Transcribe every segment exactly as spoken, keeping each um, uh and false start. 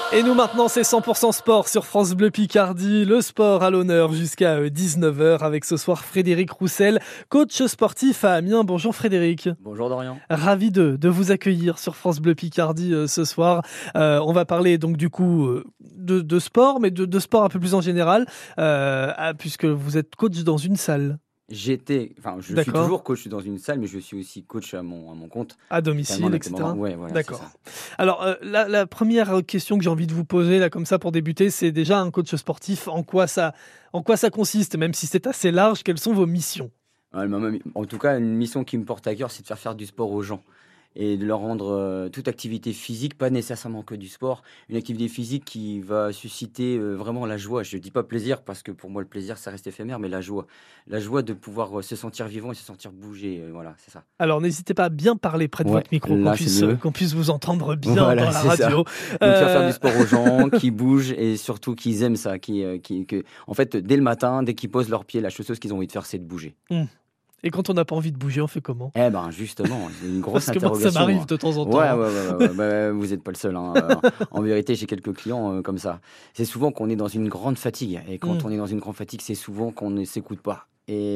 Et nous maintenant, c'est cent pour cent sport sur France Bleu Picardie. Le sport à l'honneur jusqu'à dix-neuf heures avec ce soir Frédéric Roussel, coach sportif à Amiens. Bonjour Frédéric. Bonjour Dorian. Ravi de, de vous accueillir sur France Bleu Picardie euh, ce soir. Euh, on va parler donc du coup euh, de, de sport, mais de, de sport un peu plus en général, euh, ah, puisque vous êtes coach dans une salle. J'étais, enfin, je D'accord. suis toujours coach dans une salle, mais je suis aussi coach à mon, à mon compte. À domicile, et cetera. Ouais, voilà, D'accord. c'est ça. Alors, euh, la, la première question que j'ai envie de vous poser, là, comme ça, pour débuter, c'est déjà un coach sportif. En quoi ça, en quoi ça consiste? Même si c'est assez large, quelles sont vos missions? Ouais, en tout cas, une mission qui me porte à cœur, c'est de faire faire du sport aux gens et de leur rendre euh, toute activité physique, pas nécessairement que du sport, une activité physique qui va susciter euh, vraiment la joie. Je dis pas plaisir parce que pour moi le plaisir ça reste éphémère, mais la joie, la joie de pouvoir euh, se sentir vivant et se sentir bouger. Euh, voilà, c'est ça. Alors, n'hésitez pas à bien parler près de Ouais, votre micro, là, qu'on c'est puisse, mieux. qu'on puisse vous entendre bien Voilà, dans la c'est ça. radio. Donc faire faire du sport aux gens qui bougent et surtout qu'ils aiment ça, qui, euh, qui, que, en fait, dès le matin, dès qu'ils posent leurs pieds, la chose qu'ils ont envie de faire, c'est de bouger. Hum. Et quand on n'a pas envie de bouger, on fait comment? Eh ben justement, c'est une grosse Parce que moi, interrogation. ça m'arrive de temps en temps. Ouais, ouais, ouais, ouais, ouais, bah, vous n'êtes pas le seul. Hein. En vérité, j'ai quelques clients euh, comme ça. C'est souvent qu'on est dans une grande fatigue. Et quand Mm. on est dans une grande fatigue, c'est souvent qu'on ne s'écoute pas.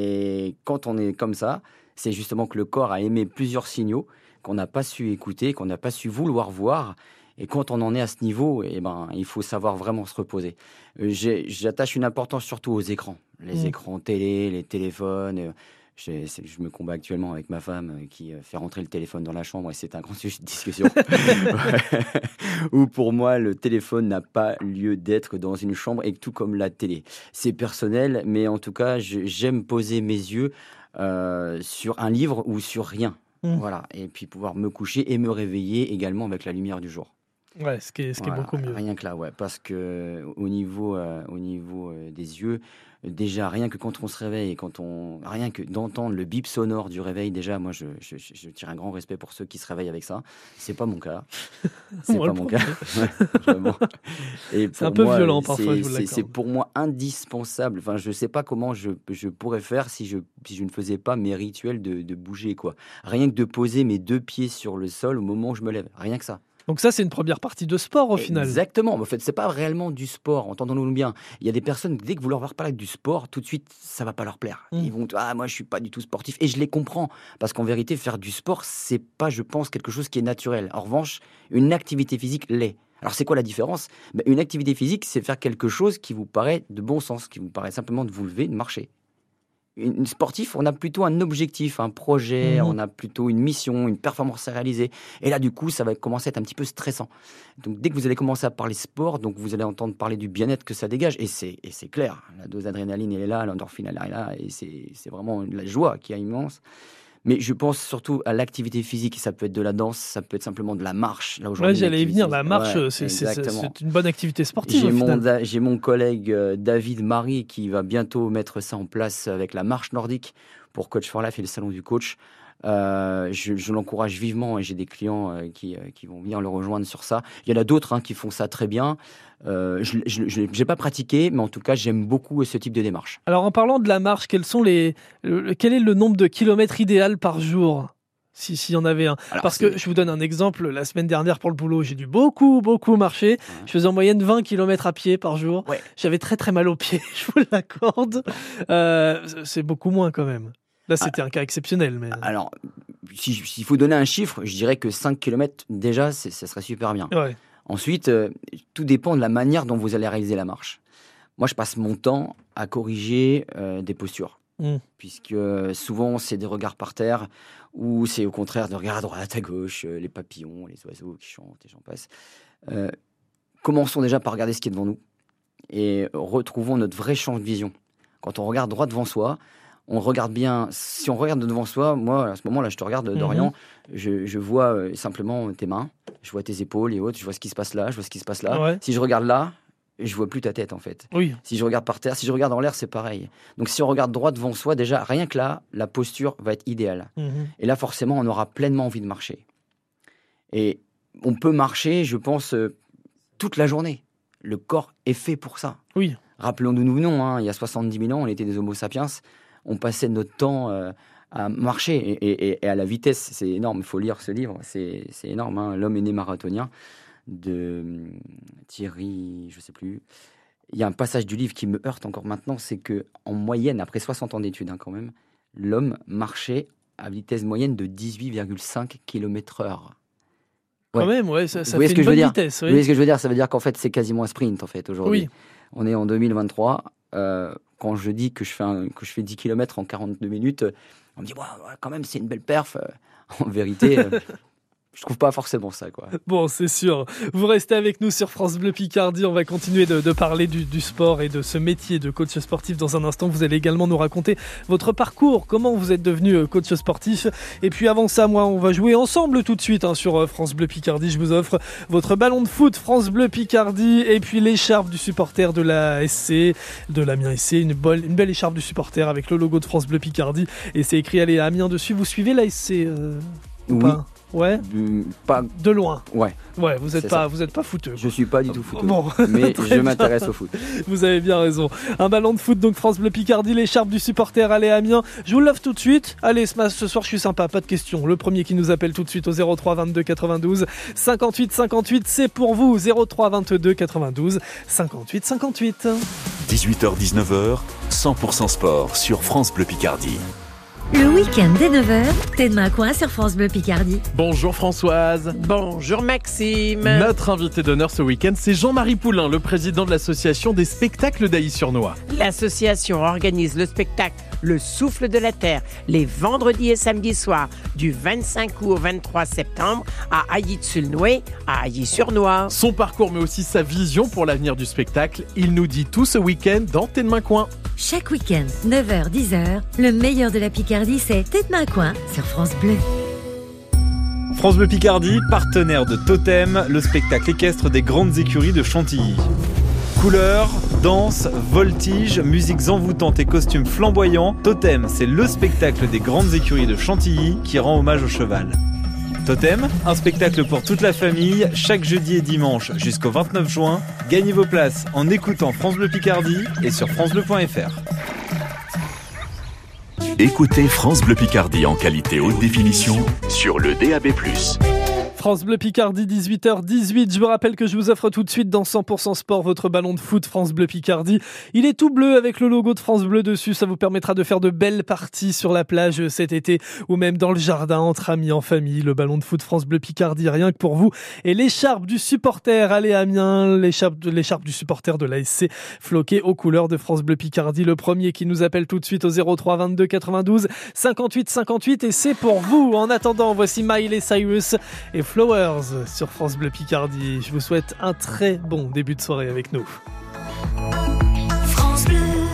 Et quand on est comme ça, c'est justement que le corps a émis plusieurs signaux qu'on n'a pas su écouter, qu'on n'a pas su vouloir voir. Et quand on en est à ce niveau, eh ben, il faut savoir vraiment se reposer. Euh, j'ai- j'attache une importance surtout aux écrans. Les Mm. écrans télé, les téléphones. euh, j'ai- c'est- Je me combats actuellement avec ma femme euh, qui euh, fait rentrer le téléphone dans la chambre et c'est un grand sujet de discussion. Ouais. Où pour moi, le téléphone n'a pas lieu d'être dans une chambre et tout comme la télé. C'est personnel, mais en tout cas, je- j'aime poser mes yeux euh, sur un livre ou sur rien. Mm. Voilà. Et puis pouvoir me coucher et me réveiller également avec la lumière du jour. Ouais, ce qui est, ce qui est Voilà, beaucoup mieux. rien que là, ouais, parce que au niveau, euh, au niveau euh, des yeux, euh, déjà rien que quand on se réveille, et quand on, rien que d'entendre le bip sonore du réveil, déjà, moi, je, je, je- je tire un grand respect pour ceux qui se réveillent avec ça. C'est pas mon cas, c'est Moi, pas le mon premier. cas. Ouais, vraiment. Et C'est un pour peu moi, violent parfois, c'est- je vous c'est c'est l'accorde. pour moi indispensable. Enfin, je sais pas comment je, je pourrais faire si je, si je ne faisais pas mes rituels de, de bouger, quoi. Rien que de poser mes deux pieds sur le sol au moment où je me lève, rien que ça. Donc ça, c'est une première partie de sport au final. Exactement. En fait, c'est pas réellement du sport. Entendons-nous bien. Il y a des personnes, dès que vous leur parlez du sport, tout de suite, ça va pas leur plaire. Mm. Ils vont, ah, moi, je suis pas du tout sportif. Et je les comprends. Parce qu'en vérité, faire du sport, c'est pas, je pense, quelque chose qui est naturel. En revanche, une activité physique l'est. Alors, c'est quoi la différence? Ben, une activité physique, c'est faire quelque chose qui vous paraît de bon sens, qui vous paraît simplement de vous lever, de marcher. Une une sportif, on a plutôt un objectif, un projet, Mhm. on a plutôt une mission, une performance à réaliser. Et là, du coup, ça va commencer à être un petit peu stressant. Donc, dès que vous allez commencer à parler sport, donc vous allez entendre parler du bien-être que ça dégage. Et c'est, et c'est clair, la dose d'adrénaline, elle est là, l'endorphine, elle est là. Et c'est, c'est vraiment de la joie qui est immense. Mais je pense surtout à l'activité physique. Ça peut être de la danse, ça peut être simplement de la marche. Là, Ouais, aujourd'hui, j'allais y l'activité- venir. La marche, Ouais, c'est, c'est- c'est- exactement. c'est une bonne activité sportive J'ai au mon, final. da- j'ai mon collègue euh, David Marie qui va bientôt mettre ça en place avec la marche nordique pour Coach for Life et le salon du coach. Euh, je je l'encourage vivement et j'ai des clients euh, qui, euh, qui vont venir le rejoindre sur ça. Il y en a d'autres hein, qui font ça très bien. Euh, je n'ai pas pratiqué, mais en tout cas, j'aime beaucoup ce type de démarche. Alors en parlant de la marche, quels sont les, le- quel est le nombre de kilomètres idéal par jour? Si, s'il y en avait un. Alors, Parce c'est- que je vous donne un exemple. La semaine dernière pour le boulot, j'ai dû beaucoup, beaucoup marcher. Je faisais en moyenne vingt kilomètres à pied par jour. Ouais. J'avais très, très mal aux pieds, je vous l'accorde. Euh, c'est beaucoup moins quand même. Là, c'était un cas exceptionnel. Mais... Alors, si- s'il faut donner un chiffre, je dirais que cinq kilomètres, déjà, c'est- ça serait super bien. Ouais. Ensuite, euh, tout dépend de la manière dont vous allez réaliser la marche. Moi, je passe mon temps à corriger euh, des postures. Mm. Puisque euh, souvent, c'est des regards par terre ou c'est au contraire de regards à droite, à gauche, euh, les papillons, les oiseaux qui chantent et j'en passe. Euh, commençons déjà par regarder ce qui est devant nous et retrouvons notre vrai champ de vision. Quand on regarde droit devant soi, on regarde bien. Si on regarde devant soi, moi, à ce moment-là, je te regarde, Dorian, je, je vois euh, simplement tes mains, je vois tes épaules et autres, je vois ce qui se passe là, je vois ce qui se passe là. Ouais. Si je regarde là, je vois plus ta tête en fait. Oui. Si je regarde par terre, si je regarde en l'air, c'est pareil. Donc si on regarde droit devant soi, déjà, rien que là, la posture va être idéale. Mhm. Et là, forcément, on aura pleinement envie de marcher. Et on peut marcher, je pense, euh, toute la journée. Le corps est fait pour ça. Oui. Rappelons-nous, nous venons, hein, il y a soixante-dix mille ans, on était des homo sapiens. On passait notre temps euh, à marcher et, et- et à la vitesse. C'est énorme, il faut lire ce livre, c'est c'est énorme. Hein, L'homme est né marathonien. de Thierry, je ne sais plus. Il y a un passage du livre qui me heurte encore maintenant, c'est qu'en moyenne, après soixante ans d'études hein, quand même, l'homme marchait à vitesse moyenne de dix-huit virgule cinq kilomètres heure. Ouais. Quand même, ouais, ça, ça fait une bonne vitesse. Oui. Vous voyez ce que je veux dire ? Ça veut dire qu'en fait, c'est quasiment un sprint en fait, aujourd'hui. Oui. On est en deux mille vingt-trois. Euh, quand je dis que je fais, un, que je fais dix kilomètres en quarante-deux minutes, on me dit ouais, ouais, quand même, c'est une belle perf. En vérité... Euh, je trouve pas forcément ça, quoi. Bon, c'est sûr. Vous restez avec nous sur France Bleu Picardie. On va continuer de, de parler du, du sport et de ce métier de coach sportif dans un instant. Vous allez également nous raconter votre parcours, comment vous êtes devenu coach sportif. Et puis avant ça, moi, on va jouer ensemble tout de suite hein, sur France Bleu Picardie. Je vous offre votre ballon de foot France Bleu Picardie et puis l'écharpe du supporter de la S C, de l'Amiens S C. Une, belle, une belle écharpe du supporter avec le logo de France Bleu Picardie. Et c'est écrit, allez, Amiens dessus. Vous suivez la S C euh, ou oui. pas ? Ouais. Mmh, pas de loin. Ouais. Ouais, vous êtes pas, vous êtes pas footeux. Je suis pas du tout footeux. Bon, mais je bien. m'intéresse au foot. Vous avez bien raison. Un ballon de foot donc France Bleu Picardie, l'écharpe du supporter. Allez Amiens, je vous l'offre tout de suite. Allez, ce soir je suis sympa, pas de questions. Le premier qui nous appelle tout de suite au zéro trois vingt-deux quatre-vingt-douze cinquante-huit cinquante-huit, c'est pour vous. zéro trois vingt-deux quatre-vingt-douze cinquante-huit cinquante-huit. dix-huit heures dix-neuf, cent pour cent sport sur France Bleu Picardie. Le week-end dès neuf heures, t'es de ma coin sur France Bleu Picardie. Bonjour Françoise. Bonjour Maxime. Notre invité d'honneur ce week-end, c'est Jean-Marie Poulain, le président de l'association des spectacles d'Ailly-sur-Noix. L'association organise le spectacle Le Souffle de la Terre les vendredis et samedis soirs du vingt-cinq août au vingt-trois septembre à Ailly-sur-Noix, à Ailly-sur-Noix. Son parcours mais aussi sa vision pour l'avenir du spectacle, il nous dit tout ce week-end dans T'es de ma coin. Chaque week-end, neuf heures dix heures, le meilleur de la Picardie, c'est T'es de ma coin sur France Bleu. France Bleu Picardie, partenaire de Totem, le spectacle équestre des grandes écuries de Chantilly. Couleurs, danse, voltige, musiques envoûtantes et costumes flamboyants, Totem, c'est le spectacle des grandes écuries de Chantilly qui rend hommage au cheval. Totem, un spectacle pour toute la famille, chaque jeudi et dimanche jusqu'au vingt-neuf juin. Gagnez vos places en écoutant France Bleu Picardie et sur francebleu point f r. Écoutez France Bleu Picardie en qualité haute définition sur le D A B plus. France Bleu Picardie, dix-huit heures dix-huit. Je vous rappelle que je vous offre tout de suite dans cent pour cent sport votre ballon de foot France Bleu Picardie. Il est tout bleu avec le logo de France Bleu dessus. Ça vous permettra de faire de belles parties sur la plage cet été ou même dans le jardin entre amis, en famille. Le ballon de foot France Bleu Picardie, rien que pour vous. Et l'écharpe du supporter, allez Amiens, l'écharpe, de, l'écharpe du supporter de l'A S C floquée aux couleurs de France Bleu Picardie. Le premier qui nous appelle tout de suite au zéro trois vingt-deux quatre-vingt-douze cinquante-huit cinquante-huit et c'est pour vous. En attendant, voici Miley Cyrus et Flowers sur France Bleu Picardie. Je vous souhaite un très bon début de soirée avec nous. France Bleu.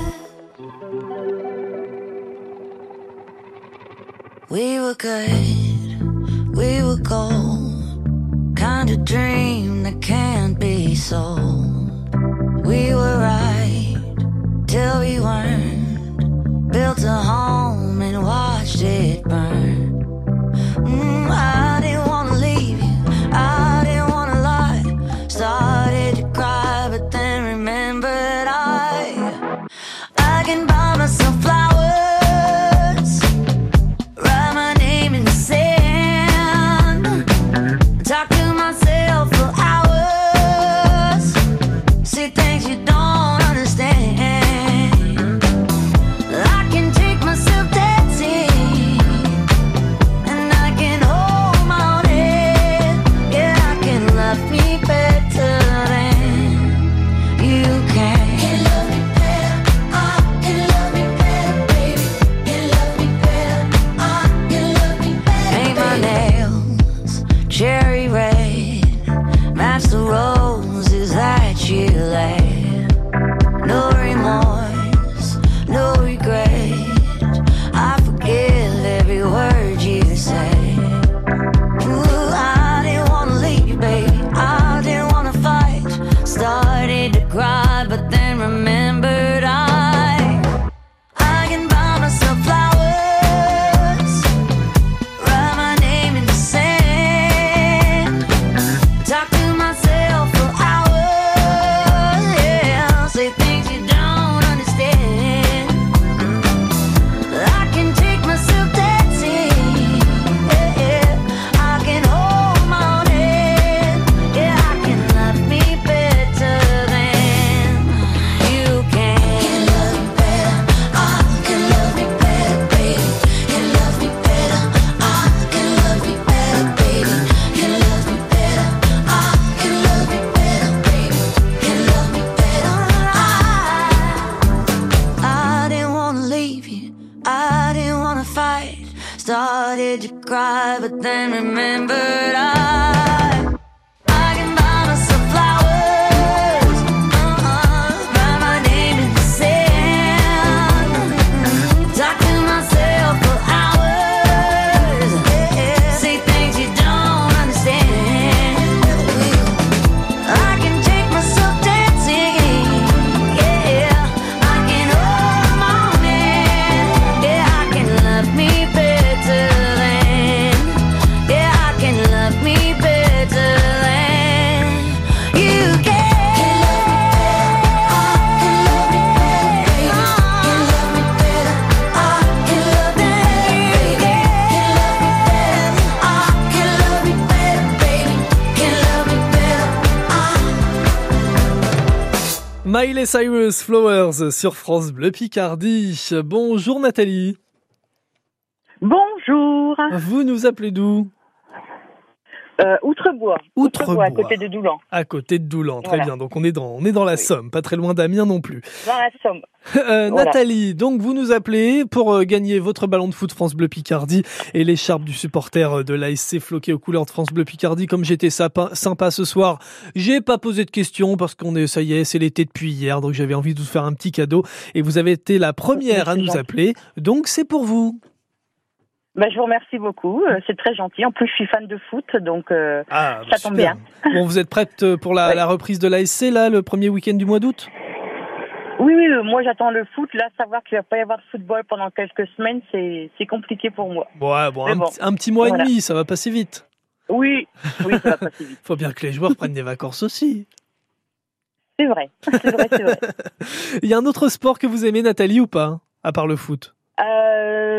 We were good, we were gold, kind of dream that can't be sold. We were right till we weren't, built a home and watched it burn. Mm, I didn't wanna leave you, I didn't wanna lie. Started to cry, but then remembered I I can buy myself flowers, write my name in the sand, talk to myself for hours, see things you don't understand. I can take myself dancing, me better than you can. Can love me better, I can love me better, baby. Can love me better, I can love me better. Paint my nails cherry red, match the roses that you laid. No remorse, no regret, I forgive every word you say. Ooh, I didn't wanna leave, baby, I didn't wanna fight. Started to cry, but then remembered I I can buy myself flowers, write my name in the sand, talk to myself for hours, but then remembered I, I can buy myself flowers, uh-huh, write my name in the sand, talk to myself for hours, say things you don't understand. I can take myself dancing, yeah, I can hold my man, yeah, I can love me better than, yeah, I can love me better than you can. Can love me better, can love me better, I can love me better, I can love me better, baby, can love me better, I. Miley Cyrus, Flowers sur France Bleu Picardie. Bonjour Nathalie. Bonjour. Vous nous appelez d'où? Euh, Outrebois. Outrebois. à côté de Doulan, À côté de Doulan, très Voilà. bien. Donc on est dans, on est dans la Oui. Somme, pas très loin d'Amiens non plus. dans la Somme. Euh, Voilà. Nathalie, donc vous nous appelez pour euh, gagner votre ballon de foot France Bleu Picardie et l'écharpe du supporter euh, de l'A S C floquée aux couleurs de France Bleu Picardie. Comme j'étais sympa, sympa ce soir, j'ai pas posé de questions parce qu'on est, ça y est, c'est l'été depuis hier, donc j'avais envie de vous faire un petit cadeau et vous avez été la première à C'est nous gentil. appeler, donc c'est pour vous. Bah, je vous remercie beaucoup. euh, C'est très gentil. En plus, je suis fan de foot, donc euh, Ah, ça tombe bien. Bon, vous êtes prête euh, pour la, Ouais. la reprise de l'A S C là, le premier week-end du mois d'août? Oui, oui, euh, moi j'attends le foot. Là, savoir qu'il va pas y avoir de football pendant quelques semaines, c'est c'est compliqué pour moi. Ouais, bon, Mais un, bon, petit- un petit mois voilà. et demi, ça va passer vite. Oui, oui, ça va passer vite. Faut bien que les joueurs prennent des vacances aussi. C'est vrai, c'est vrai, c'est vrai. Il y a un autre sport que vous aimez, Nathalie, ou pas, à part le foot? Euh,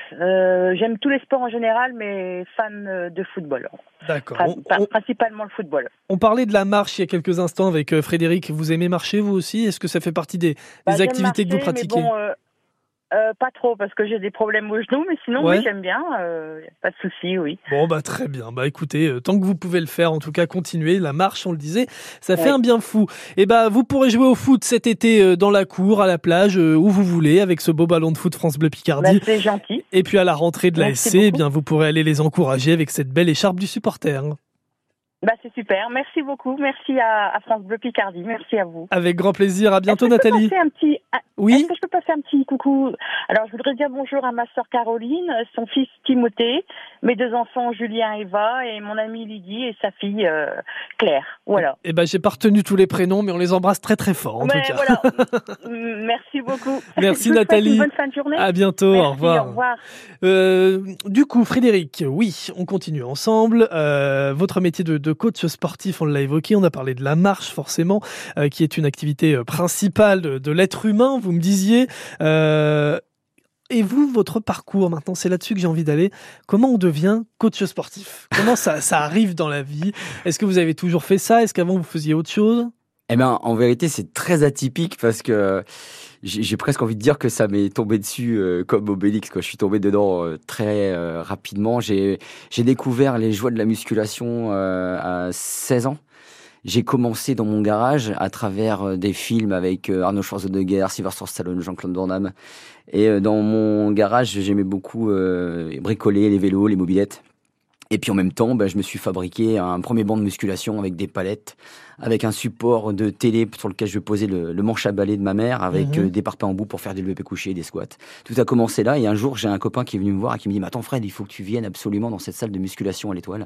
euh, J'aime tous les sports en général, mais fan euh, de football. D'accord. Prin- On, prin- on- Principalement le football. on parlait de la marche il y a quelques instants avec euh, Frédéric. Vous aimez marcher, vous aussi? Est-ce que ça fait partie des, Bah, des j'aime activités que vous marcher, pratiquez? mais bon, euh, euh, pas trop, parce que j'ai des problèmes aux genoux, mais sinon, Ouais. oui, j'aime bien. euh, pas de souci, oui. Bon, bah très bien. Bah écoutez, euh, tant que vous pouvez le faire, en tout cas, continuez. La marche, on le disait, ça fait Ouais. un bien fou. Et bah, vous pourrez jouer au foot cet été euh, dans la cour, à la plage, euh, où vous voulez, avec ce beau ballon de foot France Bleu Bah, Picardie. c'est gentil. Et puis à la rentrée de la Merci S C, eh beaucoup. bien, vous pourrez aller les encourager avec cette belle écharpe du supporter. Bah, c'est super. Merci beaucoup. Merci à, à France Bleu Picardie. Merci à vous. Avec grand plaisir. À bientôt, Est-ce que je peux Nathalie. passer un petit, un- Oui. Est-ce que je peux passer un petit coucou? Alors, je voudrais dire bonjour à ma sœur Caroline, son fils Timothée, mes deux enfants Julien et Eva, et mon amie Lydie et sa fille euh, Claire. Voilà. Eh ben, j'ai pas retenu tous les prénoms, mais on les embrasse très très fort, en Mais tout cas. voilà. Mm, Merci beaucoup. Merci, Je vous souhaite Nathalie. Une bonne fin de journée. À bientôt. Merci, Au revoir. Au revoir. Euh, du coup, Frédéric, oui, on continue ensemble. Euh, votre métier de, de coach sportif, on l'a évoqué, on a parlé de la marche forcément, euh, qui est une activité euh, principale de, de l'être humain, vous me disiez. Euh, et vous, votre parcours, maintenant, c'est là-dessus que j'ai envie d'aller. Comment on devient coach sportif? Comment ça, ça arrive dans la vie? Est-ce que vous avez toujours fait ça? Est-ce qu'avant vous faisiez autre chose? Eh ben, en vérité, c'est très atypique parce que j'ai j'ai presque envie de dire que ça m'est tombé dessus euh, comme Obélix, quoi. Je suis tombé dedans euh, très euh, rapidement. J'ai j'ai découvert les joies de la musculation euh, à seize ans. J'ai commencé dans mon garage à travers euh, des films avec euh, Arnold Schwarzenegger, Sylvester Stallone, Jean-Claude Van Damme. Et euh, dans mon garage, j'aimais beaucoup euh, bricoler les vélos, les mobylettes. Et puis en même temps, bah, je me suis fabriqué un premier banc de musculation avec des palettes, avec un support de télé sur lequel je posais le, le manche à balai de ma mère, avec Mhm. euh, des parpaings en bout pour faire des levées couchés, des squats. Tout a commencé là, et un jour, j'ai un copain qui est venu me voir et qui me dit « Mais attends Fred, il faut que tu viennes absolument dans cette salle de musculation à l'Étoile. »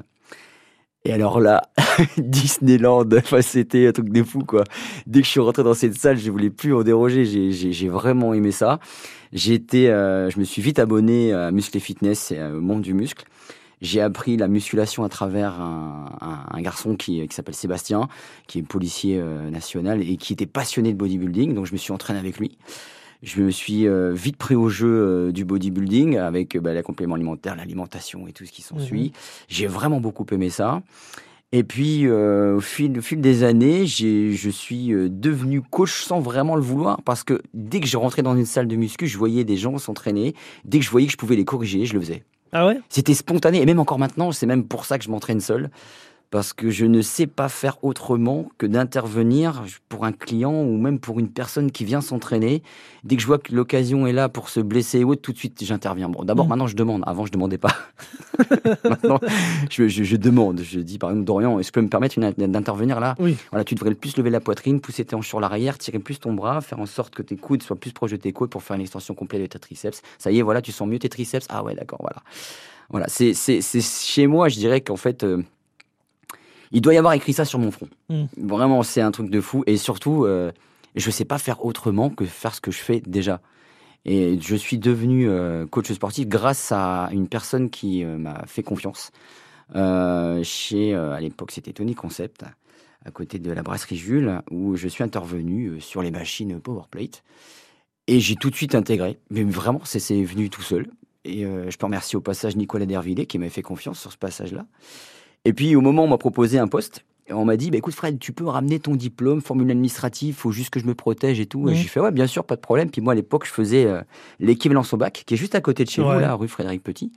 Et alors là, Disneyland, enfin, c'était un truc de fou, quoi. Dès que je suis rentré dans cette salle, je voulais plus en déroger. J'ai, j'ai, j'ai vraiment aimé ça. J'ai été, euh, je me suis vite abonné à Muscle et Fitness et au monde du muscle. J'ai appris la musculation à travers un, un, un garçon qui, qui s'appelle Sébastien, qui est policier euh, national et qui était passionné de bodybuilding. Donc je me suis entraîné avec lui. Je me suis euh, vite pris au jeu euh, du bodybuilding avec euh, bah, les compléments alimentaires, l'alimentation et tout ce qui s'ensuit. Mmh. J'ai vraiment beaucoup aimé ça. Et puis, euh, au, fil, au fil des années, j'ai, je suis euh, devenu coach sans vraiment le vouloir, parce que dès que je rentrais dans une salle de muscu, je voyais des gens s'entraîner. Dès que je voyais que je pouvais les corriger, je le faisais. Ah ouais? C'était spontané, et même encore maintenant, c'est même pour ça que je m'entraîne seul. parce que je ne sais pas faire autrement que d'intervenir pour un client ou même pour une personne qui vient s'entraîner. Dès que je vois que l'occasion est là pour se blesser ou autre, tout de suite j'interviens. Bon, d'abord, mmh. maintenant je demande. Avant, je demandais pas. Maintenant, je, je, je demande. Je dis par exemple, Dorian, est-ce que tu peux me permettre une, d'intervenir là ? Oui. Voilà, tu devrais le plus lever la poitrine, pousser tes hanches sur l'arrière, tirer plus ton bras, faire en sorte que tes coudes soient plus proches de tes côtes pour faire une extension complète de tes triceps. Ça y est, voilà, tu sens mieux tes triceps. Ah ouais, d'accord, voilà. Voilà, c'est, c'est, c'est chez moi, je dirais qu'en fait. Euh, Il doit y avoir écrit ça sur mon front. Mmh. Vraiment, c'est un truc de fou. Et surtout, euh, je ne sais pas faire autrement que faire ce que je fais déjà. Et je suis devenu euh, coach sportif grâce à une personne qui euh, m'a fait confiance. Euh, chez, euh, à l'époque, c'était Tony Concept, à côté de la brasserie Jules, où je suis intervenu euh, sur les machines Powerplate. Et j'ai tout de suite intégré. Mais vraiment, c'est, c'est venu tout seul. Et euh, je peux remercier au passage Nicolas Dervillet qui m'a fait confiance sur ce passage-là. Et puis, au moment où on m'a proposé un poste, on m'a dit, bah, écoute Fred, tu peux ramener ton diplôme, formule administrative, il faut juste que je me protège et tout. Mmh. Et j'ai fait, ouais, bien sûr, pas de problème. Puis moi, à l'époque, je faisais euh, l'équivalence au bac, qui est juste à côté de chez ouais. vous, là, rue Frédéric Petit,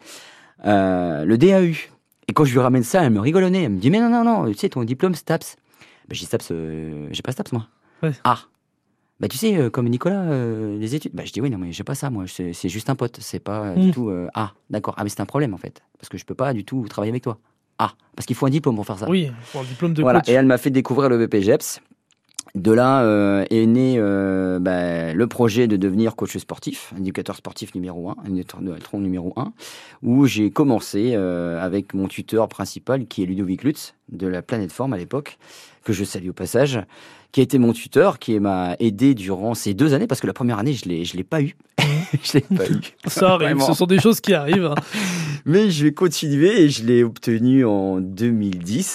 euh, le D A U. Et quand je lui ramène ça, elle me rigolonnait. Elle me dit, mais non, non, non, tu sais, ton diplôme, STAPS. Bah, j'ai dit, STAPS, euh, j'ai pas STAPS, moi. Ouais. Ah. Bah, tu sais, euh, comme Nicolas, euh, les études. Bah, je dis, oui, non, mais j'ai pas ça, moi. C'est, c'est juste un pote. C'est pas mmh. du tout. Euh, ah, d'accord. Ah, mais c'est un problème, en fait. Parce que je peux pas du tout travailler avec toi. Ah, parce qu'il faut un diplôme pour faire ça. Oui, il faut un diplôme de voilà. coach. Et elle m'a fait découvrir le B P G E P S. De là euh, est né euh, bah, le projet de devenir coach sportif, éducateur sportif numéro un, éducateur numéro un, où j'ai commencé euh, avec mon tuteur principal, qui est Ludovic Lutz, de la Planète Forme à l'époque, que je salue au passage, qui a été mon tuteur, qui m'a aidé durant ces deux années, parce que la première année, je l'ai, je l'ai pas eu. je l'ai pas eu. Ça arrive, ce sont des choses qui arrivent. Hein. Mais je vais continuer et je l'ai obtenu en deux mille dix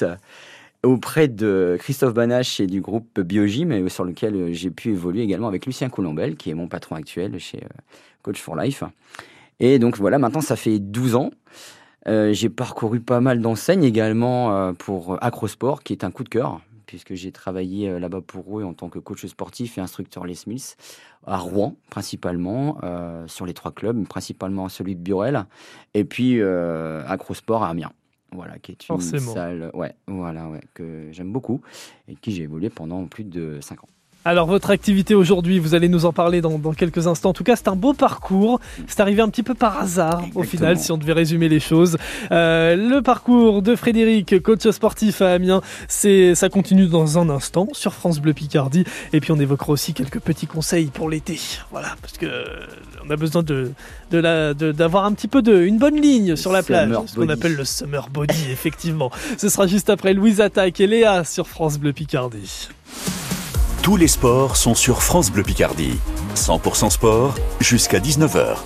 auprès de Christophe Banache et du groupe Biogym, sur lequel j'ai pu évoluer également avec Lucien Colombel, qui est mon patron actuel chez Coach for Life. Et donc voilà, maintenant ça fait douze ans. Euh, j'ai parcouru pas mal d'enseignes également euh, pour Acrosport, qui est un coup de cœur, puisque j'ai travaillé euh, là-bas pour eux en tant que coach sportif et instructeur Les Mills, à Rouen principalement, euh, sur les trois clubs, principalement celui de Burel, et puis euh, Acrosport à Amiens. Voilà, qui est une Forcément. salle ouais, voilà, ouais, que j'aime beaucoup et qui j'ai évolué pendant plus de cinq ans. Alors, votre activité aujourd'hui, vous allez nous en parler dans, dans quelques instants. En tout cas, c'est un beau parcours. C'est arrivé un petit peu par hasard, Exactement. Au final, si on devait résumer les choses. Euh, le parcours de Frédéric, coach sportif à Amiens, c'est, ça continue dans un instant sur France Bleu Picardie. Et puis, on évoquera aussi quelques petits conseils pour l'été. Voilà, parce que on a besoin de, de la, de, d'avoir un petit peu de, une bonne ligne sur la plage. Ce qu'on appelle le summer body, effectivement. Ce sera juste après Louise Attaque et Léa sur France Bleu Picardie. Tous les sports sont sur France Bleu Picardie. cent pour cent sport jusqu'à dix-neuf heures.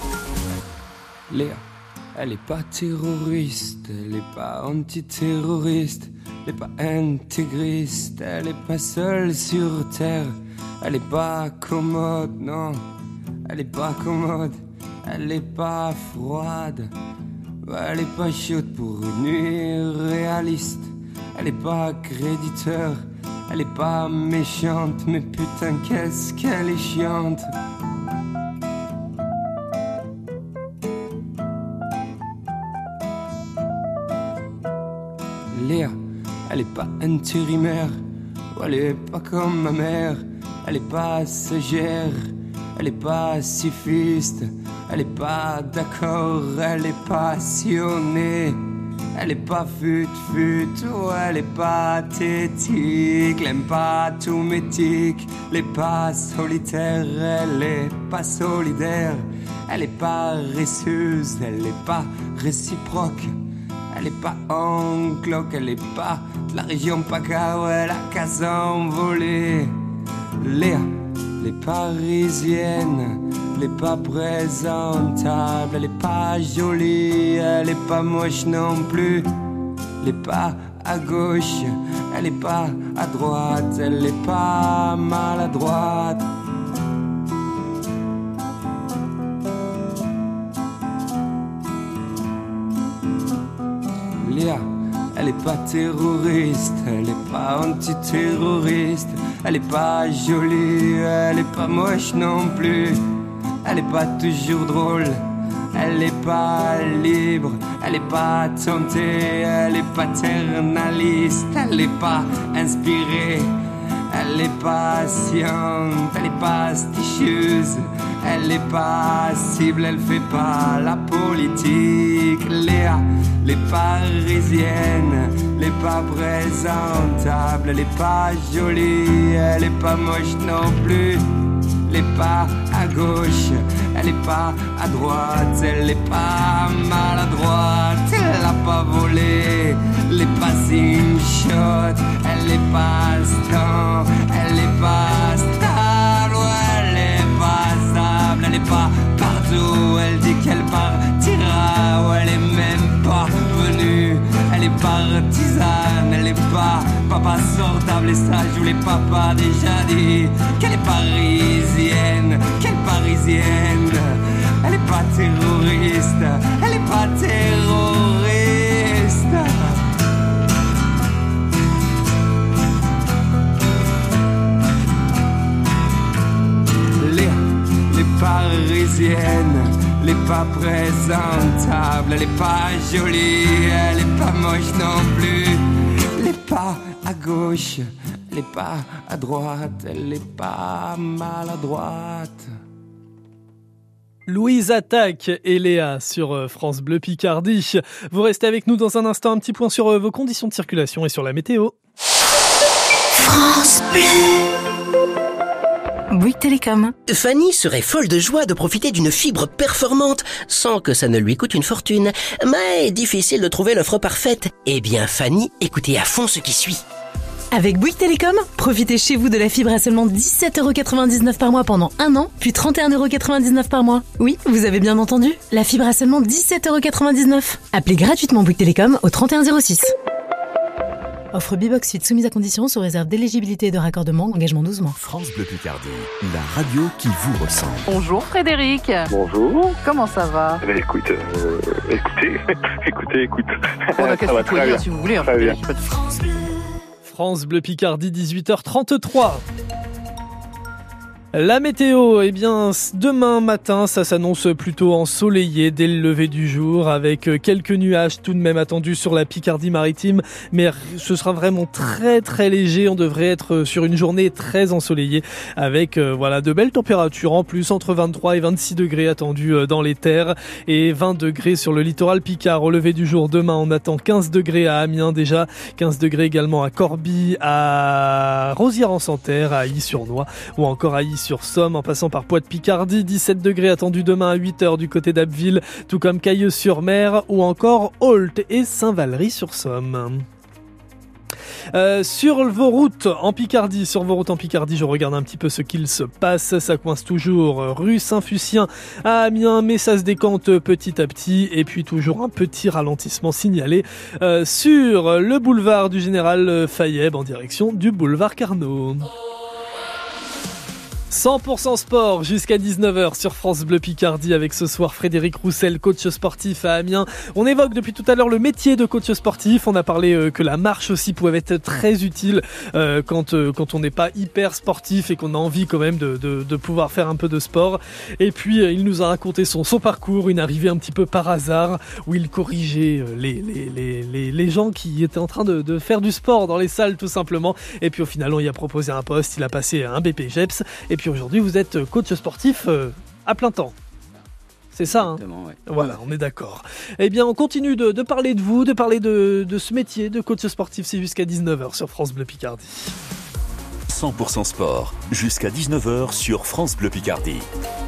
Léa, elle est pas terroriste, elle est pas antiterroriste, elle est pas intégriste, elle est pas seule sur terre, elle est pas commode, non, elle est pas commode, elle est pas froide, elle est pas chaude pour une nuit réaliste, elle est pas créditeur. Elle est pas méchante, mais putain qu'est-ce qu'elle est chiante. Léa, elle est pas intérimaire, elle est pas comme ma mère, elle est pas sagère, elle est pas sifiste, elle est pas d'accord, elle est passionnée. Elle est pas fut-fut, oh, elle est pathétique, elle aime pas tout métique, elle est pas solitaire, elle est pas solidaire, elle est pas récieuse, elle est pas réciproque, elle est pas en cloque, elle est pas de la région PACA, où elle a qu'à s'envoler. Léa, les parisiennes, elle est pas présentable, elle est pas jolie, elle est pas moche non plus, elle est pas à gauche, elle est pas à droite, elle est pas maladroite. Léa, elle est pas terroriste, elle est pas antiterroriste, elle est pas jolie, elle est pas moche non plus. Elle est pas toujours drôle, Elle n'est pas libre, elle n'est pas tentée, elle est paternaliste, elle n'est pas inspirée, elle est patiente, elle est pasticieuse, elle est passible, elle fait pas la politique. Léa, les parisiennes, elle est pas présentable, elle est pas jolie, elle est pas moche non plus. Elle est pas à gauche, elle est pas à droite, elle est pas maladroite, elle a pas volé, elle est pas une shot, elle est pas star, elle est pas stable, elle est pas stable, elle est pas partout, elle dit qu'elle partira, ou elle est même pas venue, elle est partisane, elle est pas papa sortable, et ça je vous l'ai papa déjà dit, qu'elle est parisienne, qu'elle est parisienne, elle est pas terroriste, elle est pas terroriste. Les, les parisiennes, elle est pas présentable, elle est pas jolie, elle est pas moche non plus. Elle est pas à gauche, elle est pas à droite, elle est pas maladroite. Louise Attaque et Léa sur euh, France Bleu Picardie. Vous restez avec nous dans un instant, un petit point sur euh, vos conditions de circulation et sur la météo. France Bleu. Bouygues Télécom. Fanny serait folle de joie de profiter d'une fibre performante sans que ça ne lui coûte une fortune. Mais difficile de trouver l'offre parfaite. Eh bien Fanny, écoutez à fond ce qui suit. Avec Bouygues Télécom, profitez chez vous de la fibre à seulement dix-sept euros quatre-vingt-dix-neuf par mois pendant un an, puis trente et un euros quatre-vingt-dix-neuf par mois. Oui, vous avez bien entendu, la fibre à seulement dix-sept euros quatre-vingt-dix-neuf. Appelez gratuitement Bouygues Télécom au trente et un zéro six. Offre B-Box Suite soumise à condition sous réserve d'éligibilité et de raccordement, engagement douze mois. France Bleu Picardie, la radio qui vous ressemble. Bonjour Frédéric. Bonjour. Comment ça va? Eh bien, écoute, euh, écoutez, écoutez, écoute. On a qu'à Ça se va tutoyer, très bien. si vous voulez. hein, Très bien. Frédéric, pas de- France Bleu Picardie, dix-huit heures trente-trois. La météo, eh bien, demain matin, ça s'annonce plutôt ensoleillé dès le lever du jour, avec quelques nuages tout de même attendus sur la Picardie maritime, mais ce sera vraiment très très léger. On devrait être sur une journée très ensoleillée, avec euh, voilà de belles températures en plus, entre vingt-trois et vingt-six degrés attendus euh, dans les terres, et vingt degrés sur le littoral picard. Au lever du jour demain, on attend quinze degrés à Amiens déjà, quinze degrés également à Corbie, à Rosières-en-Santerre, à Illy-sur-Noix, ou encore à sur Somme, en passant par Poix-de-Picardie. Dix-sept degrés attendus demain à huit heures du côté d'Abbeville, tout comme Cailleux-sur-Mer ou encore Ault et Saint-Valery-sur-Somme. Euh, sur vos routes en Picardie, sur vos routes en Picardie, je regarde un petit peu ce qu'il se passe. Ça coince toujours rue Saint-Fucien à Amiens, mais ça se décante petit à petit. Et puis toujours un petit ralentissement signalé euh, sur le boulevard du Général Fayeb en direction du boulevard Carnot. cent pour cent sport jusqu'à dix-neuf heures sur France Bleu Picardie avec ce soir Frédéric Roussel, coach sportif à Amiens. On évoque depuis tout à l'heure le métier de coach sportif. On a parlé euh, que la marche aussi pouvait être très utile euh, quand, euh, quand on n'est pas hyper sportif et qu'on a envie quand même de, de, de pouvoir faire un peu de sport. Et puis euh, il nous a raconté son, son parcours, une arrivée un petit peu par hasard où il corrigeait euh, les, les, les, les, les gens qui étaient en train de, de faire du sport dans les salles tout simplement. Et puis au final on y a proposé un poste, il a passé un B P G E P S et puis aujourd'hui, vous êtes coach sportif euh, à plein temps. C'est ça, hein ? Exactement, ouais. Voilà, on est d'accord. Eh bien, on continue de, de parler de vous, de parler de, de ce métier de coach sportif. C'est jusqu'à dix-neuf heures sur France Bleu Picardie. cent pour cent sport, jusqu'à dix-neuf heures sur France Bleu Picardie.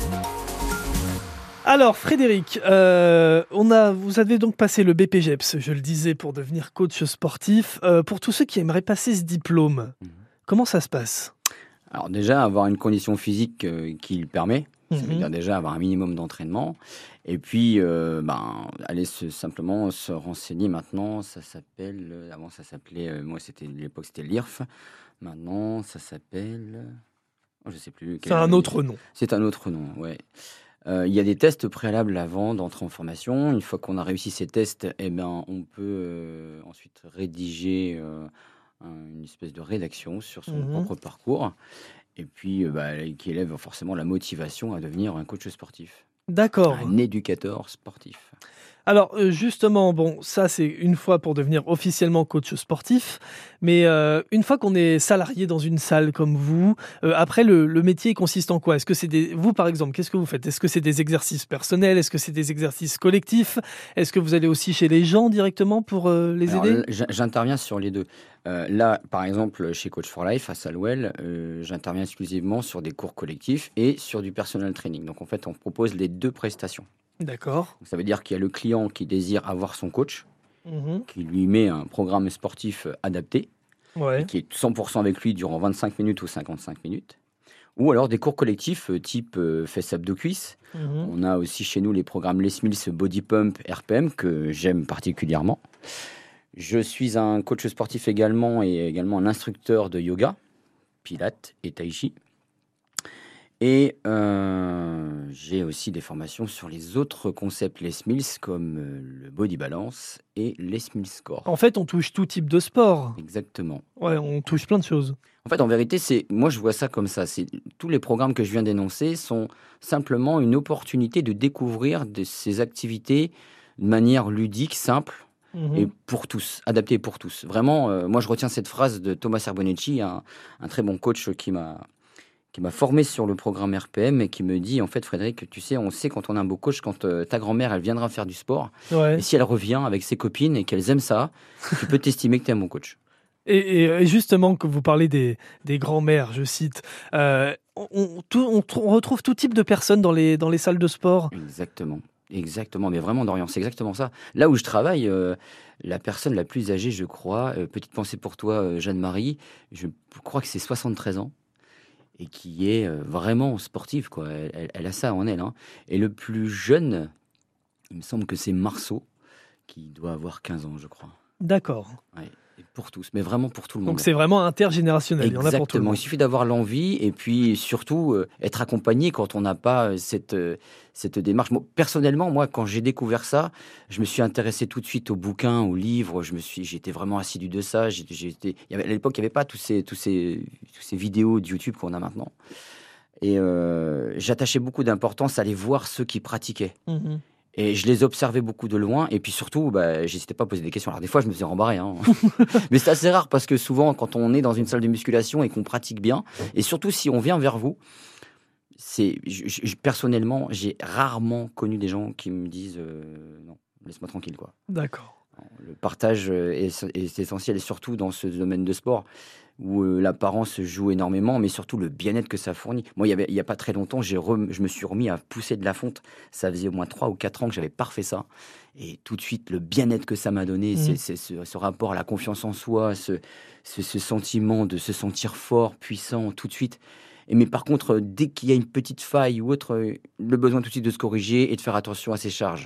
Alors Frédéric, euh, on a, vous avez donc passé le B P G E P S, je le disais, pour devenir coach sportif. Euh, pour tous ceux qui aimeraient passer ce diplôme, mmh. comment ça se passe ? Alors déjà, avoir une condition physique euh, qui le permet, ça veut Mhm. dire déjà avoir un minimum d'entraînement. Et puis, euh, ben, aller se, simplement se renseigner maintenant, ça s'appelle, euh, avant ça s'appelait, euh, moi c'était, à l'époque c'était l'I R F, maintenant ça s'appelle, oh, je sais plus. C'est un autre nom. C'est un autre nom, ouais. Euh, il y a des tests préalables avant d'entrer en formation. Une fois qu'on a réussi ces tests, eh ben, on peut euh, ensuite rédiger euh, une espèce de rédaction sur son Mhm. propre parcours, et puis euh, bah, qui élève forcément la motivation à devenir un coach sportif. D'accord. Un éducateur sportif. Alors euh, justement, bon, ça c'est une fois pour devenir officiellement coach sportif, mais euh, une fois qu'on est salarié dans une salle comme vous, euh, après le, le métier consiste en quoi? Est-ce que c'est des, vous par exemple, qu'est-ce que vous faites? Est-ce que c'est des exercices personnels? Est-ce que c'est des exercices collectifs? Est-ce que vous allez aussi chez les gens directement pour euh, les Alors, aider? l- j'in- J'interviens sur les deux. Euh, là, par exemple, chez Coach for Life à Salouel, euh, j'interviens exclusivement sur des cours collectifs et sur du personal training. Donc en fait, on propose les deux prestations. D'accord. Ça veut dire qu'il y a le client qui désire avoir son coach, Mhm. qui lui met un programme sportif euh, adapté, Ouais. et qui est cent pour cent avec lui durant vingt-cinq minutes ou cinquante-cinq minutes. Ou alors des cours collectifs euh, type euh, fesse abdos cuisse. Mhm. On a aussi chez nous les programmes Les Mills Body Pump R P M que j'aime particulièrement. Je suis un coach sportif également et également un instructeur de yoga, pilates et tai chi. Et euh, j'ai aussi des formations sur les autres concepts Les Mills comme euh, le body balance et Les Mills Core. En fait, on touche tout type de sport. Exactement. Ouais, on touche plein de choses. En fait, en vérité, c'est moi je vois ça comme ça. C'est tous les programmes que je viens d'énoncer sont simplement une opportunité de découvrir de ces activités de manière ludique, simple Mhm. et pour tous, adaptée pour tous. Vraiment, euh, moi je retiens cette phrase de Thomas Serbonecci, un, un très bon coach qui m'a qui m'a formé sur le programme R P M et qui me dit en fait, Frédéric, tu sais, on sait quand on a un beau coach, quand euh, ta grand-mère elle viendra faire du sport, Ouais. et si elle revient avec ses copines et qu'elles aiment ça, tu peux t'estimer que tu es un bon coach. Et, et- et justement, que vous parlez des, des grands-mères, je cite, euh, on, on- tout- on tr- on retrouve tout type de personnes dans les, dans les salles de sport. Exactement. Exactement, mais vraiment Dorian, c'est exactement ça. Là où je travaille, euh, la personne la plus âgée, je crois, euh, petite pensée pour toi, euh, Jeanne-Marie, je crois que c'est soixante-treize ans et qui est euh, vraiment sportive, quoi. Elle, elle- elle a ça en elle, hein. Et le plus jeune, il me semble que c'est Marceau, qui doit avoir quinze ans, je crois. D'accord. Ouais, et pour tous, mais vraiment pour tout le monde. Donc c'est vraiment intergénérationnel. Il y en a pour tout le Exactement. monde. Il suffit d'avoir l'envie et puis surtout euh, être accompagné quand on n'a pas euh, cette, euh, cette démarche. Moi, personnellement, moi, quand j'ai découvert ça, je me suis intéressé tout de suite aux bouquins, aux livres. Je me suis, j'étais vraiment assidu de ça. J'ai, j'ai été, il y avait, à l'époque, il n'y avait pas tous ces, tous ces, tous ces vidéos de YouTube qu'on a maintenant. Et euh, j'attachais beaucoup d'importance à aller voir ceux qui pratiquaient. Mhm. Et je les observais beaucoup de loin. Et puis surtout, bah, j'hésitais pas à poser des questions. Alors des fois, je me faisais rembarrer. Hein. Mais c'est assez rare parce que souvent, quand on est dans une salle de musculation et qu'on pratique bien, et surtout si on vient vers vous, c'est, je, je- personnellement, j'ai rarement connu des gens qui me disent euh, non, laisse-moi tranquille, quoi. D'accord. Le partage euh, est, est essentiel, et surtout dans ce domaine de sport où euh, l'apparence joue énormément, mais surtout le bien-être que ça fournit. Moi, il y avait, il y a pas très longtemps, j'ai rem- je me suis remis à pousser de la fonte. Ça faisait au moins trois ou quatre ans que j'avais pas refait ça. Et tout de suite, le bien-être que ça m'a donné, Mhm. c'est, c'est ce, ce rapport à la confiance en soi, ce, ce, ce sentiment de se sentir fort, puissant, tout de suite. Et mais par contre, euh, dès qu'il y a une petite faille ou autre, euh, le besoin tout de suite de se corriger et de faire attention à ses charges.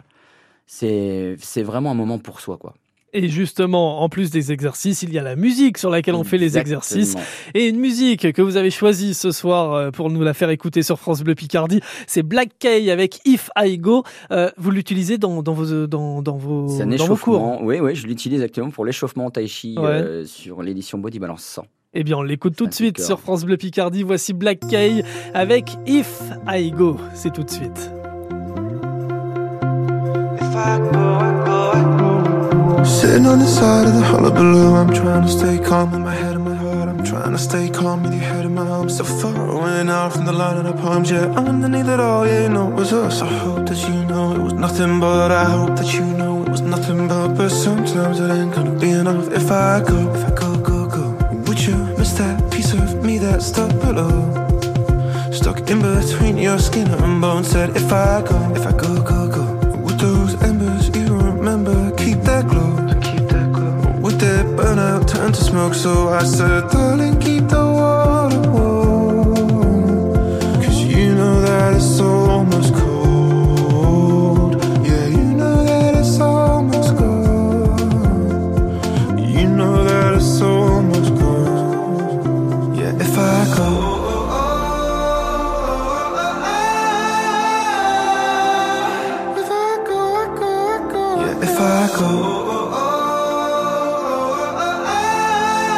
C'est, c'est vraiment un moment pour soi, quoi. Et justement, en plus des exercices, il y a la musique sur laquelle on fait les Exactement. exercices. Et une musique que vous avez choisie ce soir euh, pour nous la faire écouter sur France Bleu Picardie, c'est Black K avec If I Go. Euh, vous l'utilisez dans, dans, vos, dans, dans, vos, C'est un dans vos cours. échauffement. Oui, oui, je l'utilise exactement pour l'échauffement tai chi Ouais. euh, sur l'édition Body Balance cent. Eh bien, on l'écoute tout de coup de suite cœur. sur France Bleu Picardie. Voici Black K avec If I Go. C'est tout de suite. Sitting on the side of the hullabaloo, I'm trying to stay calm in my head and my heart. I'm trying to stay calm with your head in my arms. So far away now from the line of the palms. Yeah, underneath it all, yeah, you know it was us. I hope that you know it was nothing but. I hope that you know it was nothing but. But sometimes it ain't gonna be enough. If I go, if I go, go, go, would you miss that piece of me that's stuck below? Stuck in between your skin and bone. Said if I go, if I go, go, go, would those embers you remember keep that glow? Would that burn out, turn to smoke? So I said, darling, keep the water warm, 'cause you know that it's almost cold. Yeah, you know that it's almost gone. You know that it's almost gone. Yeah, if I go, if I go, I go, I go. Yeah, if I go.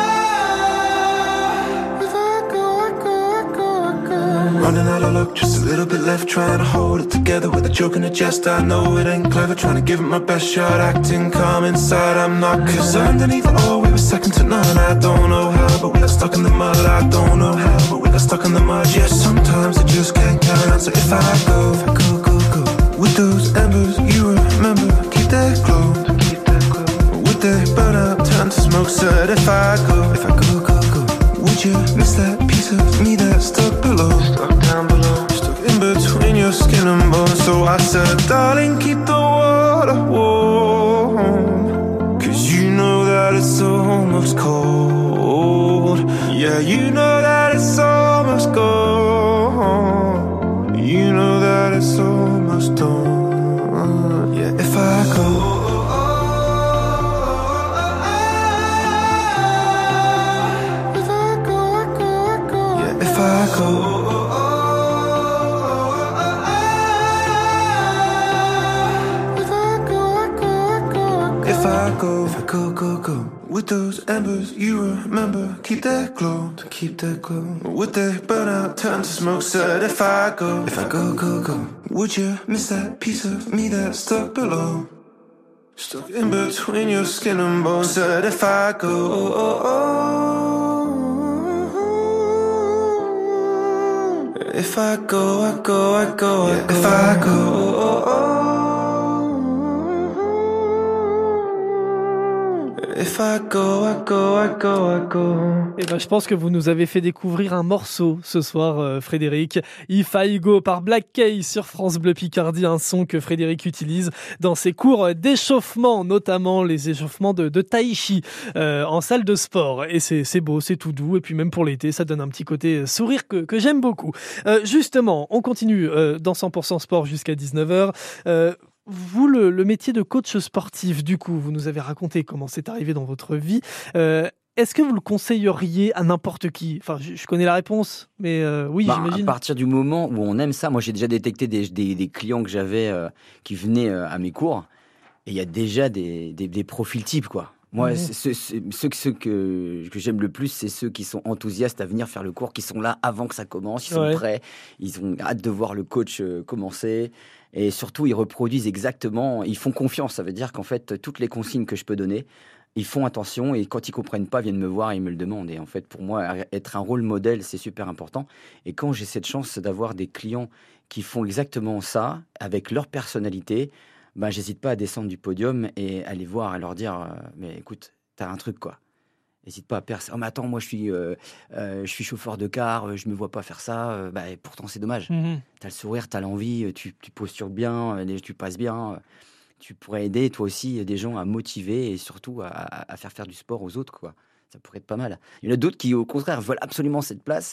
Running out of luck, just a little little bit left, trying to hold it together with a joke and a jest. I know it ain't clever, trying to give it my best shot, acting calm inside. I'm not, cause underneath it all we were second to none. I don't know how, but we got stuck in the mud. I don't know how, but we got stuck in the mud. Yes, sometimes I just can't carry on. So if I go, if I go, go, go with those embers, you remember, keep that glow, keep that glow. Would they burn up, turn to smoke? Said if I go, if I go, go, go, would you miss that piece of me that's stuck below, stuck down below, stuck in between your skin and bone? So I said, darling, keep the water warm, cause you know that it's almost cold. Yeah, you know that it's almost gone. You know that it's almost done. Yeah, if I go, if I go, if I go, if I go, if I go, go, go with those embers, you remember, keep that glow, to keep that glow. Would they burn out, turn to smoke? Said if I go, if I go, go, go, would you miss that piece of me that's stuck below, stuck in between your skin and bone? Said if I go, oh, oh, oh. If I go, I go, I go, I go. If I go, oh, oh, oh. If I go, I go, I go, I go. Eh ben, je pense que vous nous avez fait découvrir un morceau ce soir, euh, Frédéric. If I Go par Black Keys sur France Bleu Picardie, un son que Frédéric utilise dans ses cours d'échauffement, notamment les échauffements de, de tai chi euh, en salle de sport. Et c'est, c'est beau, c'est tout doux. Et puis même pour l'été, ça donne un petit côté sourire que, que j'aime beaucoup. Euh, justement, on continue euh, dans cent pour cent sport jusqu'à dix-neuf heures. Euh, Vous, le, le métier de coach sportif, du coup, vous nous avez raconté comment c'est arrivé dans votre vie. Euh, est-ce que vous le conseilleriez à n'importe qui ? Enfin, je, je connais la réponse, mais euh, oui, Bah, j'imagine. À partir du moment où on aime ça, moi j'ai déjà détecté des, des, des clients que j'avais euh, qui venaient euh, à mes cours, et il y a déjà des, des, des profils types, quoi. Moi, Mhm. c'est- ceux, ceux, ceux, ceux que, que j'aime le plus, c'est ceux qui sont enthousiastes à venir faire le cours, qui sont là avant que ça commence, ils sont Ouais. prêts, ils ont hâte de voir le coach euh, commencer. Et surtout, ils reproduisent exactement, ils font confiance. Ça veut dire qu'en fait, toutes les consignes que je peux donner, ils font attention et quand ils comprennent pas, viennent me voir et ils me le demandent. Et en fait, pour moi, être un rôle modèle, c'est super important. Et quand j'ai cette chance d'avoir des clients qui font exactement ça, avec leur personnalité, ben, j'hésite pas à descendre du podium et à les voir et leur dire euh, mais écoute, t'as un truc, quoi. N'hésite pas à percer. Oh, mais attends, moi je suis, euh, euh, je suis chauffeur de car, euh, je me vois pas faire ça. Euh, bah, et pourtant, c'est dommage. Mhm. T'as le sourire, t'as l'envie, euh, tu, tu postures bien, euh, les- tu passes bien. euh, Tu pourrais aider, toi aussi, des gens à motiver et surtout à, à- à faire faire du sport aux autres, quoi. Ça pourrait être pas mal. Il y en a d'autres qui, au contraire, veulent absolument cette place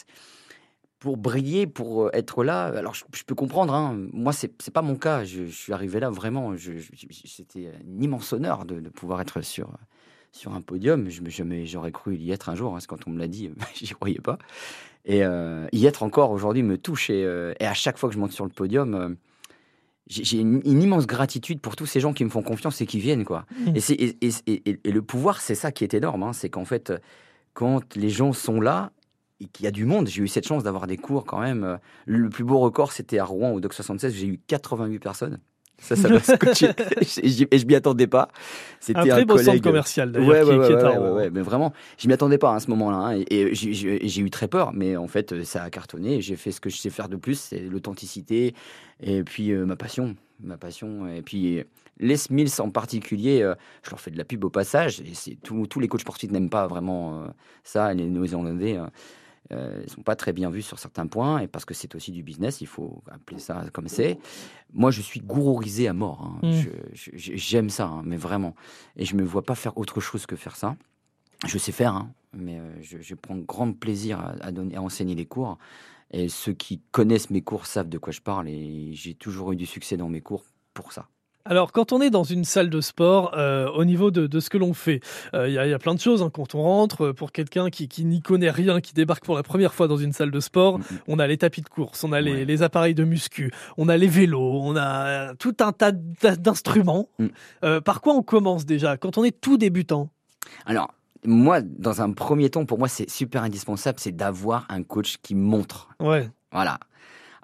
pour briller, pour euh, être là. Alors, je, je peux comprendre. Hein. Moi, c'est c'est pas mon cas. Je, je suis arrivé là vraiment. je- je- je- C'était un immense honneur de, de pouvoir être sur, sur un podium. Je me- jamais j'aurais cru y être un jour. Hein. C'est quand on me l'a dit, j'y croyais pas. Et euh, y être encore aujourd'hui me touche. Et, euh, et à chaque fois que je monte sur le podium, euh, j'ai j'ai une, une immense gratitude pour tous ces gens qui me font confiance et qui viennent, quoi. Mhm. Et, c'est- et, et- et- et le pouvoir, c'est ça qui est énorme. Hein. C'est qu'en fait, quand les gens sont là et qu'il y a du monde, j'ai eu cette chance d'avoir des cours quand même. euh, Le plus beau record, c'était à Rouen au Doc soixante-seize. J'ai eu quatre-vingt-huit personnes. Ça, ça m'a scotché. Et j'y- et je m'y attendais pas. C'était Un très beau collègue. centre commercial, d'ailleurs, Ouais, qui- ouais, qui ouais, est à ouais, Rouen. ouais, ouais. Mais vraiment, je m'y attendais pas hein, à ce moment-là. hein. Et, et j'ai- j'ai j'ai eu très peur. Mais en fait, ça a cartonné. J'ai fait ce que je sais faire de plus, c'est l'authenticité. Et puis euh, ma passion. Ma passion. Et puis les Smiths en particulier, euh, je leur fais de la pub au passage. Et c'est tous tous les coachs sportifs n'aiment pas vraiment euh, ça. Les Néo-Zélandais. euh, euh, ils sont pas très bien vus sur certains points et parce que c'est aussi du business, il faut appeler ça comme c'est. Moi, je suis gourourisé à mort. hein. Mm. Je- je- j'aime ça, hein, mais vraiment. Et je me vois pas faire autre chose que faire ça. Je sais faire, hein, mais euh, je, je prends grand plaisir à, à donner, à enseigner les cours. Et ceux qui connaissent mes cours savent de quoi je parle. Et j'ai toujours eu du succès dans mes cours pour ça. Alors, quand on est dans une salle de sport, euh, au niveau de, de ce que l'on fait, il euh, y, a- y a plein de choses. Hein, quand on rentre, euh, pour quelqu'un qui, qui n'y connaît rien, qui débarque pour la première fois dans une salle de sport, on a les tapis de course, on a les, Ouais. les appareils de muscu, on a les vélos, on a euh, tout un tas d- d'instruments. Mm. Euh, par quoi on commence déjà quand on est tout débutant? Alors, moi, dans un premier temps, pour moi, c'est super indispensable, c'est d'avoir un coach qui montre. Ouais. Voilà.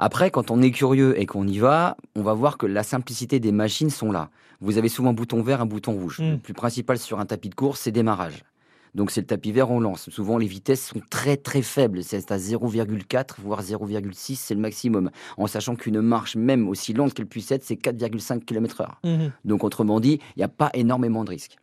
Après, quand on est curieux et qu'on y va, on va voir que la simplicité des machines sont là. Vous avez souvent un bouton vert, un bouton rouge. Mm. Le plus principal sur un tapis de course, c'est démarrage. Donc c'est le tapis vert, on lance. Souvent les vitesses sont très très faibles, c'est à zéro virgule quatre voire zéro virgule six, c'est le maximum. En sachant qu'une marche, même aussi lente qu'elle puisse être, c'est quatre virgule cinq kilomètres heure. Mhm. Donc autrement dit, il n'y a pas énormément de risques.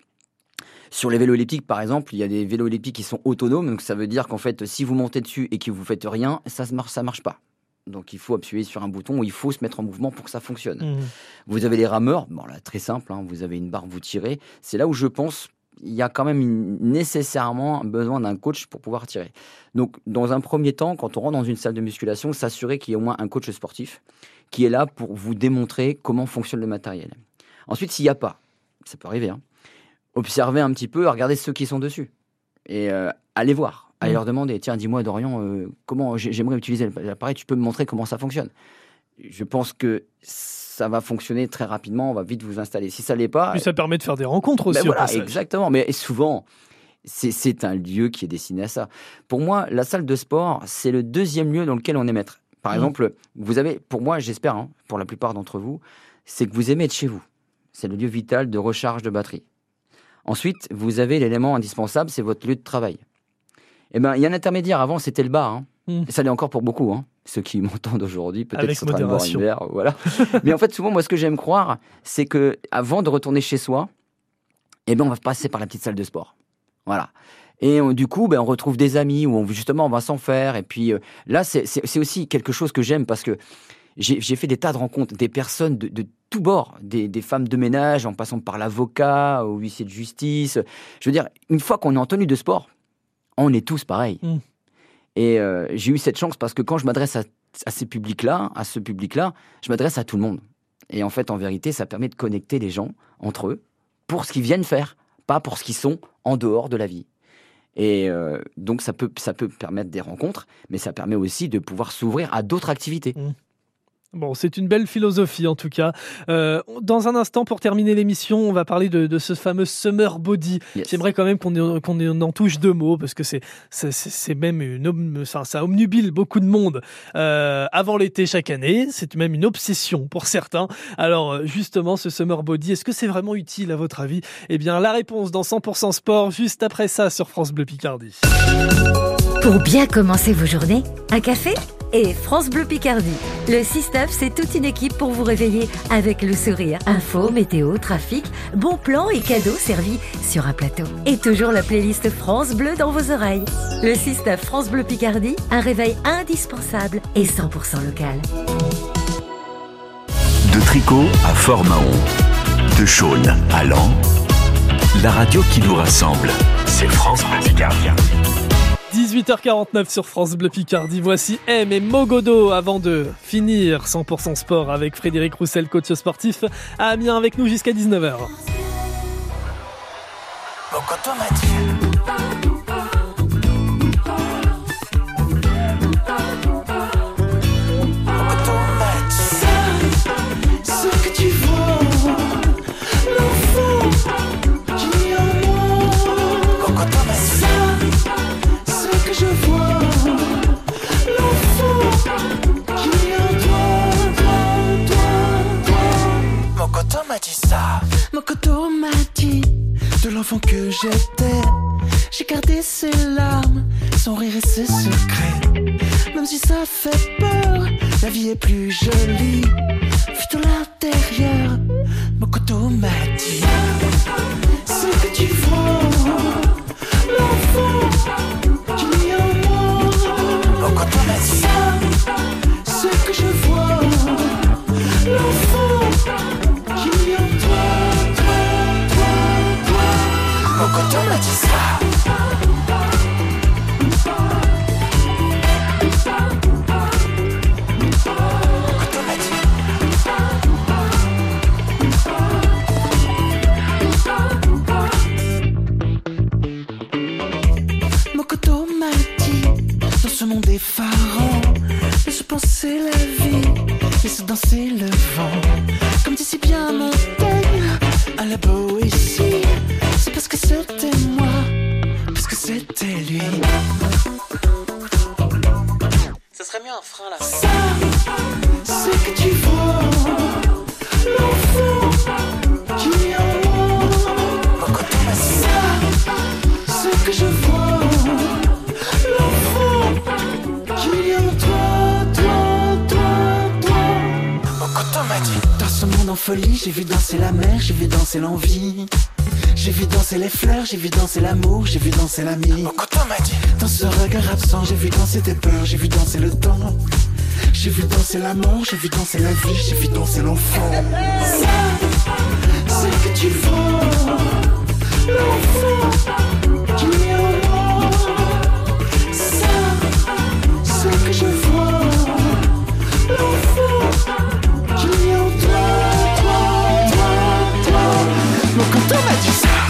Sur les vélos elliptiques par exemple, il y a des vélos elliptiques qui sont autonomes, donc ça veut dire qu'en fait si vous montez dessus et que vous faites rien, ça ne marche, ça marche pas. Donc il faut appuyer sur un bouton, ou il faut se mettre en mouvement pour que ça fonctionne. Mhm. Vous avez les rameurs, bon là très simple, hein, vous avez une barre, vous tirez. C'est là où je pense il y a quand même une- nécessairement besoin d'un coach pour pouvoir tirer. Donc, dans un premier temps, quand on rentre dans une salle de musculation, s'assurer qu'il y ait au moins un coach sportif qui est là pour vous démontrer comment fonctionne le matériel. Ensuite, s'il n'y a pas, ça peut arriver, hein, observez un petit peu, regardez ceux qui sont dessus et euh, allez voir, allez Mm. leur demander, tiens, dis-moi Dorian, euh, comment j'ai- j'aimerais utiliser l'appareil, tu peux me montrer comment ça fonctionne. Je pense que ça va fonctionner très rapidement, on va vite vous installer. Si ça l'est pas, Puis ça permet de faire des rencontres aussi. ben au voilà, passage. exactement. Mais souvent, c'est, c'est un lieu qui est destiné à ça. Pour moi, la salle de sport, c'est le deuxième lieu dans lequel on est maître. Par Mm. exemple, vous avez, pour moi, j'espère, hein, pour la plupart d'entre vous, c'est que vous aimez être chez vous. C'est le lieu vital de recharge de batterie. Ensuite, vous avez l'élément indispensable, c'est votre lieu de travail. Eh ben, il y a un intermédiaire. Avant, c'était le bar. Hein. Mm. Et ça l'est encore pour beaucoup. Hein. Ceux qui m'entendent aujourd'hui, peut-être Avec qu'ils sont en train de boire modération. une bière, voilà. Mais en fait, souvent, moi, ce que j'aime croire, c'est que avant de retourner chez soi, eh ben, on va passer par la petite salle de sport. Voilà. Et on- du coup, ben, on retrouve des amis où on, justement, on va s'en faire. Et puis euh, là, c'est, c'est, c'est aussi quelque chose que j'aime parce que j'ai, j'ai fait des tas de rencontres, des personnes de, de tous bords, des, des femmes de ménage, en passant par l'avocat, au huissier de justice. Je veux dire, une fois qu'on est en tenue de sport, on est tous pareils. Mm. Et euh, j'ai eu cette chance parce que quand je m'adresse à, à ces publics-là, à ce public-là, je m'adresse à tout le monde. Et en fait, en vérité, ça permet de connecter les gens entre eux pour ce qu'ils viennent faire, pas pour ce qu'ils sont en dehors de la vie. Et euh, donc, ça peut, ça peut permettre des rencontres, mais ça permet aussi de pouvoir s'ouvrir à d'autres activités. Bon, c'est une belle philosophie en tout cas. Euh, dans un instant, pour terminer l'émission, on va parler de, de ce fameux summer body. Yes. J'aimerais quand même qu'on, y- qu'on y en touche deux mots parce que c'est, c'est, c'est- c'est même une, om- enfin, ça omnubile beaucoup de monde euh, avant l'été chaque année. C'est même une obsession pour certains. Alors euh, justement, ce summer body, est-ce que c'est vraiment utile à votre avis ? Eh bien, la réponse dans cent pour cent sport juste après ça sur France Bleu Picardie. Pour bien commencer vos journées, un café et France Bleu Picardie. Le six neuf, c'est toute une équipe pour vous réveiller avec le sourire. Info, météo, trafic, bons plans et cadeaux servis sur un plateau. Et toujours la playlist France Bleu dans vos oreilles. Le six neuf France Bleu Picardie, un réveil indispensable et cent pour cent local. De Tricot à Fort-Mahon, de Chaulnes à Laon, la radio qui nous rassemble, c'est France Bleu Picardie. dix-huit heures quarante-neuf sur France Bleu Picardie. Voici M et Mogodo avant de finir cent pour cent sport avec Frédéric Roussel, coach sportif à Amiens avec nous jusqu'à dix-neuf heures. Ce que tu vois, l'enfant qui est en moi. Ça, ce que je vois, l'enfant qui est en toi, toi, toi, toi. Mokoto m'a dit ça. Mokoto m'a dit de l'enfant que j'étais. J'ai gardé ses larmes, son rire et ses secrets. Même si ça fait peur, la vie est plus jolie. Vu de l'intérieur, Mokoto m'a dit ce que tu vois, l'enfant qui est en moi. Mokoto m'a dit ça, ce que je vois, l'enfant qui est en toi, toi, toi, toi. Mokoto m'a dit ça. Mokoto m'a dit, dans ce monde effarant, laisse penser la vie, laisse danser le vent. Comme dit si bien Montaigne, à la Boétie, c'est parce que c'était moi, parce que c'était lui. Ça serait mieux un frein là. Ça, c'est que tu vois l'enfant qui est en moi. Ça, c'est que je vois l'enfant qui est en toi, toi, toi, toi. Mon coton m'a dit. Dans ce monde en folie, j'ai vu danser la mer, j'ai vu danser l'envie. J'ai vu danser les fleurs, j'ai vu danser l'amour, j'ai vu danser l'ami. Mon coton m'a dit. Dans ce regard absent, j'ai vu danser tes peurs, j'ai vu danser le temps. J'ai vu danser la mort, j'ai vu danser la vie, j'ai vu danser l'enfant. Ça, c'est que tu vois l'enfant qui est en moi. Ça, c'est que je vois l'enfant qui est en toi, toi, toi, toi. Mon coton m'a dit ça.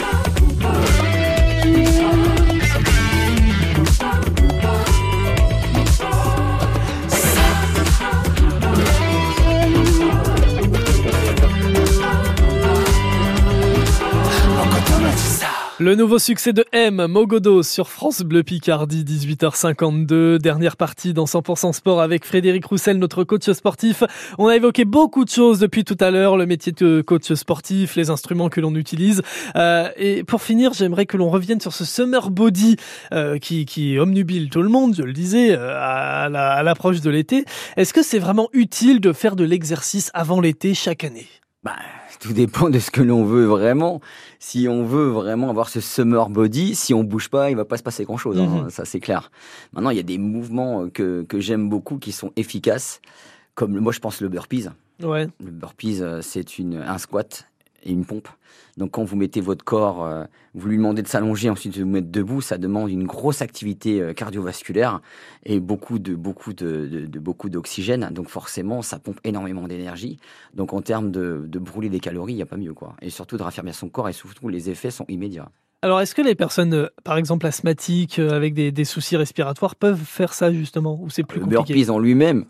Le nouveau succès de M, Mogodo sur France Bleu Picardie, dix-huit heures cinquante-deux. Dernière partie dans cent pour cent sport avec Frédéric Roussel, notre coach sportif. On a évoqué beaucoup de choses depuis tout à l'heure, le métier de coach sportif, les instruments que l'on utilise. Euh, et pour finir, j'aimerais que l'on revienne sur ce summer body euh, qui, qui omnubile tout le monde, je le disais, euh, à, la, à l'approche de l'été. Est-ce que c'est vraiment utile de faire de l'exercice avant l'été chaque année ? Bah, tout dépend de ce que l'on veut vraiment. Si on veut vraiment avoir ce summer body, si on bouge pas, il va pas se passer grand-chose. Hein, Mhm. ça c'est clair. Maintenant, il y a des mouvements que que j'aime beaucoup qui sont efficaces, comme moi je pense le burpees. Ouais. Le burpees, euh, c'est une un squat et une pompe. Donc quand vous mettez votre corps, euh, vous lui demandez de s'allonger, ensuite de vous mettre debout, ça demande une grosse activité euh, cardiovasculaire et beaucoup de beaucoup de, de, de beaucoup d'oxygène. Donc forcément, ça pompe énormément d'énergie. Donc en termes de, de brûler des calories, il n'y a pas mieux quoi. Et surtout de raffermir son corps et surtout les effets sont immédiats. Alors, est-ce que les personnes, euh, par exemple asthmatiques, euh, avec des, des soucis respiratoires, peuvent faire ça justement, ou c'est plus Le compliqué ? burpees en lui-même,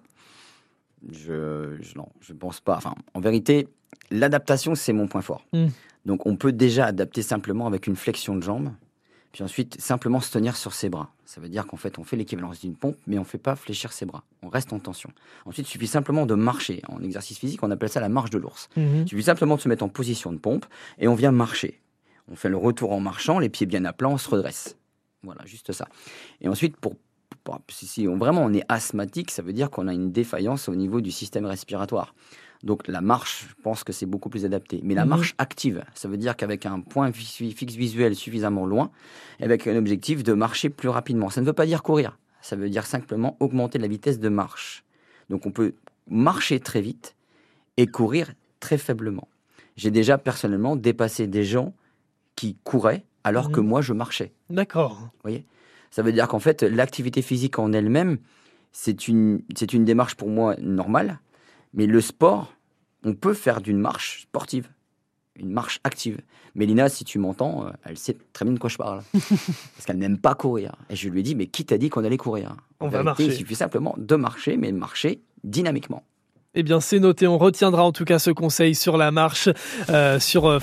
je, je non, je pense pas. Enfin, en vérité, l'adaptation c'est mon point fort. Mm. Donc on peut déjà adapter simplement avec une flexion de jambe, puis ensuite simplement se tenir sur ses bras. Ça veut dire qu'en fait on fait l'équivalence d'une pompe, mais on ne fait pas fléchir ses bras. On reste en tension. Ensuite il suffit simplement de marcher. En exercice physique on appelle ça la marche de l'ours. Mhm. Il suffit simplement de se mettre en position de pompe et on vient marcher. On fait le retour en marchant, les pieds bien à plat, on se redresse. Voilà, juste ça. Et ensuite pour pour- si, si on, vraiment on est asthmatique, ça veut dire qu'on a une défaillance au niveau du système respiratoire. Donc la marche, je pense que c'est beaucoup plus adapté. Mais la Mhm. marche active, ça veut dire qu'avec un point fi- fixe visuel suffisamment loin, avec un objectif de marcher plus rapidement. Ça ne veut pas dire courir, ça veut dire simplement augmenter la vitesse de marche. Donc on peut marcher très vite et courir très faiblement. J'ai déjà personnellement dépassé des gens qui couraient alors que Mhm. moi je marchais. D'accord. Vous voyez ? Ça veut dire qu'en fait, l'activité physique en elle-même, c'est une, c'est une démarche pour moi normale. Mais le sport, on peut faire d'une marche sportive, une marche active. Mélina, si tu m'entends, euh, elle sait très bien de quoi je parle. Parce qu'elle n'aime pas courir. Et je lui ai dit, mais qui t'a dit qu'on allait courir ? En On va vérité, marcher. Il suffit simplement de marcher, mais marcher dynamiquement. Eh bien, c'est noté. On retiendra en tout cas ce conseil sur la marche, euh, sur euh,